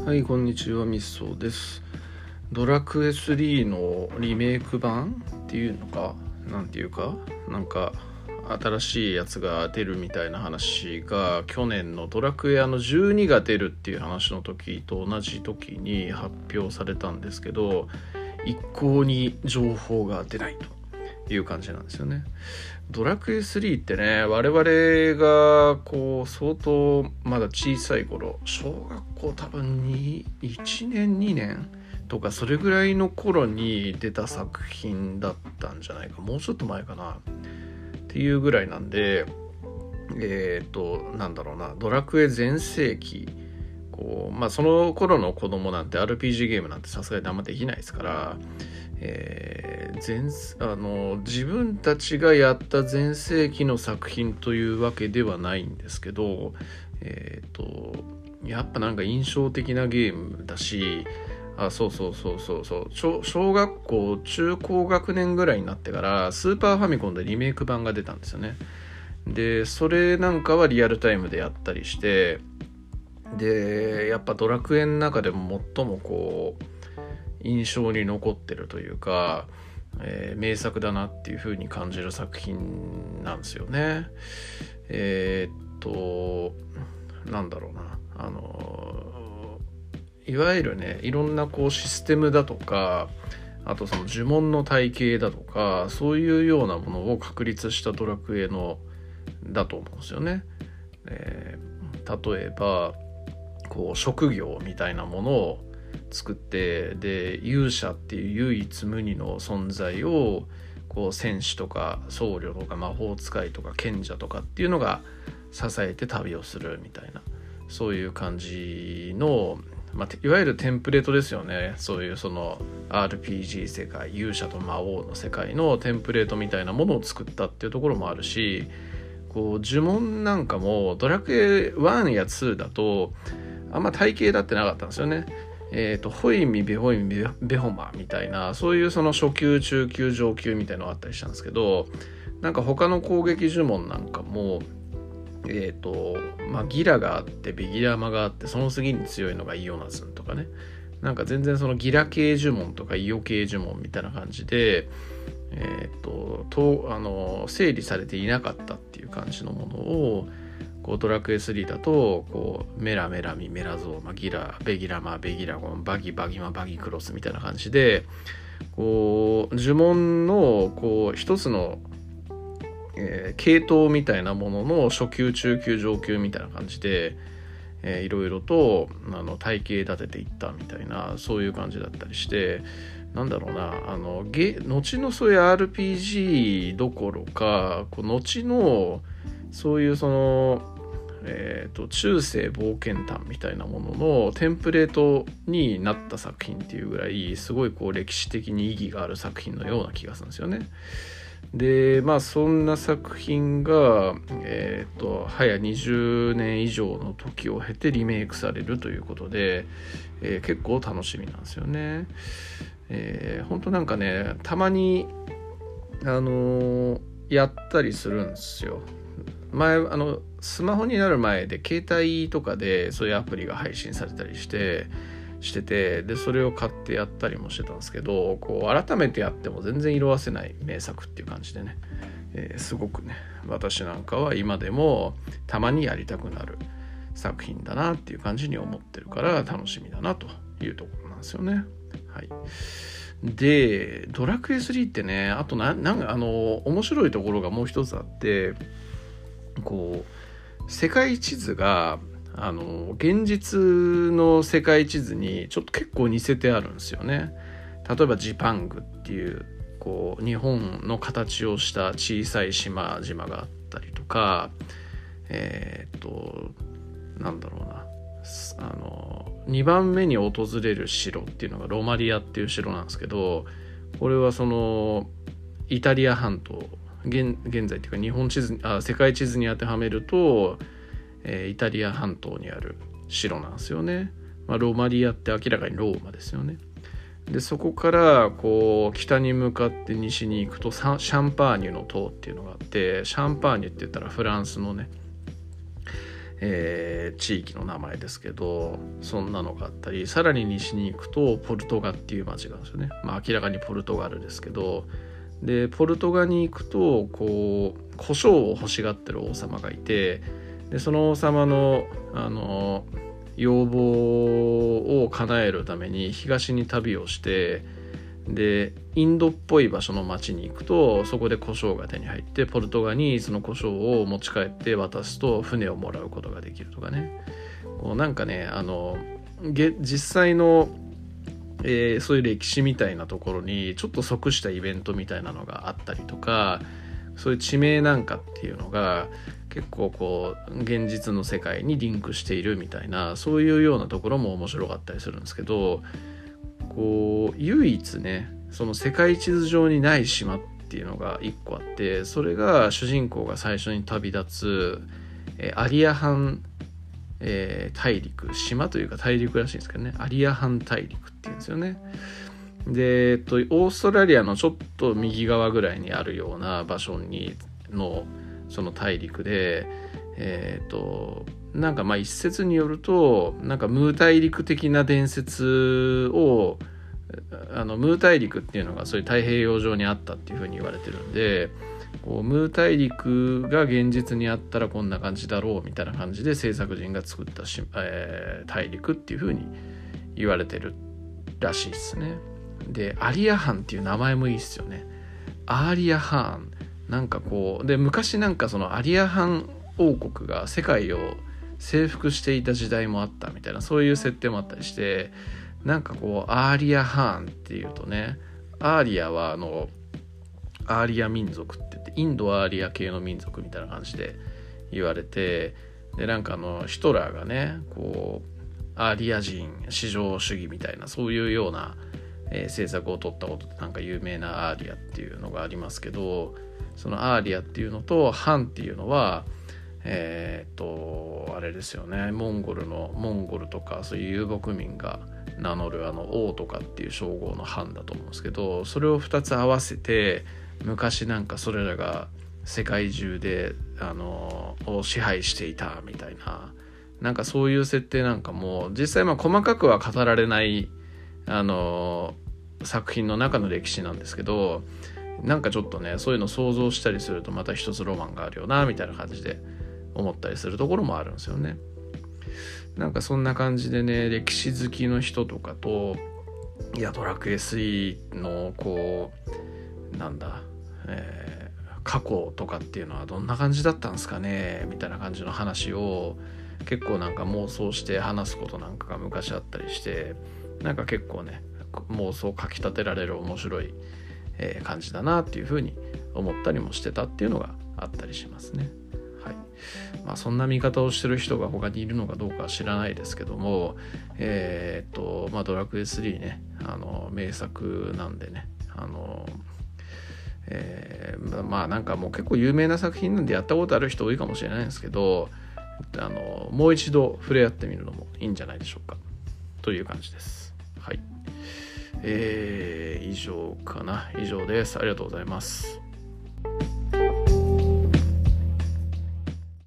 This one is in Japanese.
はい、こんにちは、みそです。ドラクエ3のリメイク版っていうのか、なんていうか、なんか新しいやつが出るみたいな話が去年のドラクエ12が出るっていう話の時と同じ時に発表されたんですけど、一向に情報が出ないという感じなんですよね。ドラクエ3ってね、我々がこう相当まだ小さい頃、小学校多分に1年2年とかそれぐらいの頃に出た作品だったんじゃないか、もうちょっと前かなっていうぐらいなんで、なんだろうな、ドラクエ全盛期、その頃の子供なんて RPG ゲームなんてさすがにあんまできないですから、自分たちがやった全盛期の作品というわけではないんですけど、やっぱなんか印象的なゲームだし、小学校中高学年ぐらいになってからスーパーファミコンでリメイク版が出たんですよね。でそれなんかはリアルタイムでやったりして、でやっぱドラクエの中でも最もこう印象に残ってるというか、名作だなっていう風に感じる作品なんですよね。なんだろうな、いわゆるね、いろんなこうシステムだとか、あとその呪文の体系だとか、そういうようなものを確立したドラクエのだと思うんですよね。例えばこう職業みたいなものを作って、で勇者っていう唯一無二の存在をこう戦士とか僧侶とか魔法使いとか賢者とかっていうのが支えて旅をするみたいな、そういう感じの、いわゆるテンプレートですよね。そういうその RPG 世界、勇者と魔王の世界のテンプレートみたいなものを作ったっていうところもあるし、こう呪文なんかもドラクエ1や2だとあんま体系だってなかったんですよね。ホイミベホイミベホマみたいな、そういうその初級中級上級みたいなのがあったりしたんですけど、なんか他の攻撃呪文なんかもギラがあってベギラマがあって、その次に強いのがイオナズンとかね、なんか全然そのギラ系呪文とかイオ系呪文みたいな感じで整理されていなかったっていう感じのものを、こうドラクエ3だとこうメラメラミメラゾーマギラベギラマベギラゴンバギバギマバギクロスみたいな感じで、こう呪文のこう一つの、系統みたいなものの初級中級上級みたいな感じで、いろいろと体系立てていったみたいな、そういう感じだったりして、なんだろうな、後のそういう RPG どころか、こう後のそういうその中世冒険譚みたいなもののテンプレートになった作品っていうぐらい、すごいこう歴史的に意義がある作品のような気がするんですよね。でそんな作品が早20年以上の時を経てリメイクされるということで、結構楽しみなんですよね。本当なんかね、たまにやったりするんですよ。前スマホになる前で携帯とかでそういうアプリが配信されたりしてて、でそれを買ってやったりもしてたんですけど、こう改めてやっても全然色褪せない名作っていう感じでね、すごくね、私なんかは今でもたまにやりたくなる作品だなっていう感じに思ってるから楽しみだなというところなんですよね。はい。でドラクエ3ってね、あとなんか面白いところがもう一つあって、こう世界地図が現実の世界地図にちょっと結構似せてあるんですよね。例えばジパングっていうこう日本の形をした小さい島々があったりとか、なんだろうな、2番目に訪れる城っていうのがロマリアっていう城なんですけど、これはそのイタリア半島、現在っていうか日本地図世界地図に当てはめると、イタリア半島にある城なんですよね。ロマリアって明らかにローマですよね。でそこからこう北に向かって西に行くとシャンパーニュの島っていうのがあって、シャンパーニュって言ったらフランスのね、 地域の名前ですけど、そんなのがあったり、さらに西に行くとポルトガっていう町があるんですよね。明らかにポルトガルですけど、でポルトガに行くとこう胡椒を欲しがってる王様がいて、でその王様の要望を叶えるために東に旅をして、でインドっぽい場所の町に行くと、そこで胡椒が手に入って、ポルトガにその胡椒を持ち帰って渡すと船をもらうことができるとかね。こうなんかね、実際のそういう歴史みたいなところにちょっと即したイベントみたいなのがあったりとか、そういう地名なんかっていうのが結構こう現実の世界にリンクしているみたいな、そういうようなところも面白かったりするんですけど、こう唯一ね、その世界地図上にない島っていうのが一個あって、それが主人公が最初に旅立つアリアハン大陸、島というか大陸らしいんですけどね、アリアハン大陸っていうんですよね。で、オーストラリアのちょっと右側ぐらいにあるような場所のその大陸で、なんか一説によると、なんかムー大陸的な伝説を、ムー大陸っていうのがそういう太平洋上にあったっていうふうに言われてるんで、こうムー大陸が現実にあったらこんな感じだろうみたいな感じで制作人が作った大陸っていう風に言われてるらしいですね。でアリアハンっていう名前もいいですよね。アーリアハン、なんかこうで、昔なんかそのアリアハン王国が世界を征服していた時代もあったみたいな、そういう設定もあったりして、なんかこうアーリアハーンっていうとね、アーリアはアーリア民族って言って、インドアーリア系の民族みたいな感じで言われて、でなんかヒトラーがね、こうアーリア人至上主義みたいな、そういうような、政策を取ったことでなんか有名なアーリアっていうのがありますけど、そのアーリアっていうのとハンっていうのはあれですよね、モンゴルとかそういう遊牧民が名乗る王とかっていう称号のハンだと思うんですけど、それを2つ合わせて、昔なんかそれらが世界中でを支配していたみたいな、なんかそういう設定なんかも実際細かくは語られない作品の中の歴史なんですけど、なんかちょっとね、そういうの想像したりするとまた一つロマンがあるよなみたいな感じで思ったりするところもあるんですよね。なんかそんな感じでね、歴史好きの人とかと、いやドラクエ3のこうなんだ、過去とかっていうのはどんな感じだったんですかねみたいな感じの話を結構なんか妄想して話すことなんかが昔あったりして、なんか結構ね妄想をかき立てられる面白い、感じだなっていうふうに思ったりもしてたっていうのがあったりしますね。はい。そんな見方をしてる人が他にいるのかどうかは知らないですけども、ドラクエ3ね、名作なんでね、なんかもう結構有名な作品なんでやったことある人多いかもしれないんですけど、もう一度触れ合ってみるのもいいんじゃないでしょうかという感じです。はい。以上です。ありがとうございます。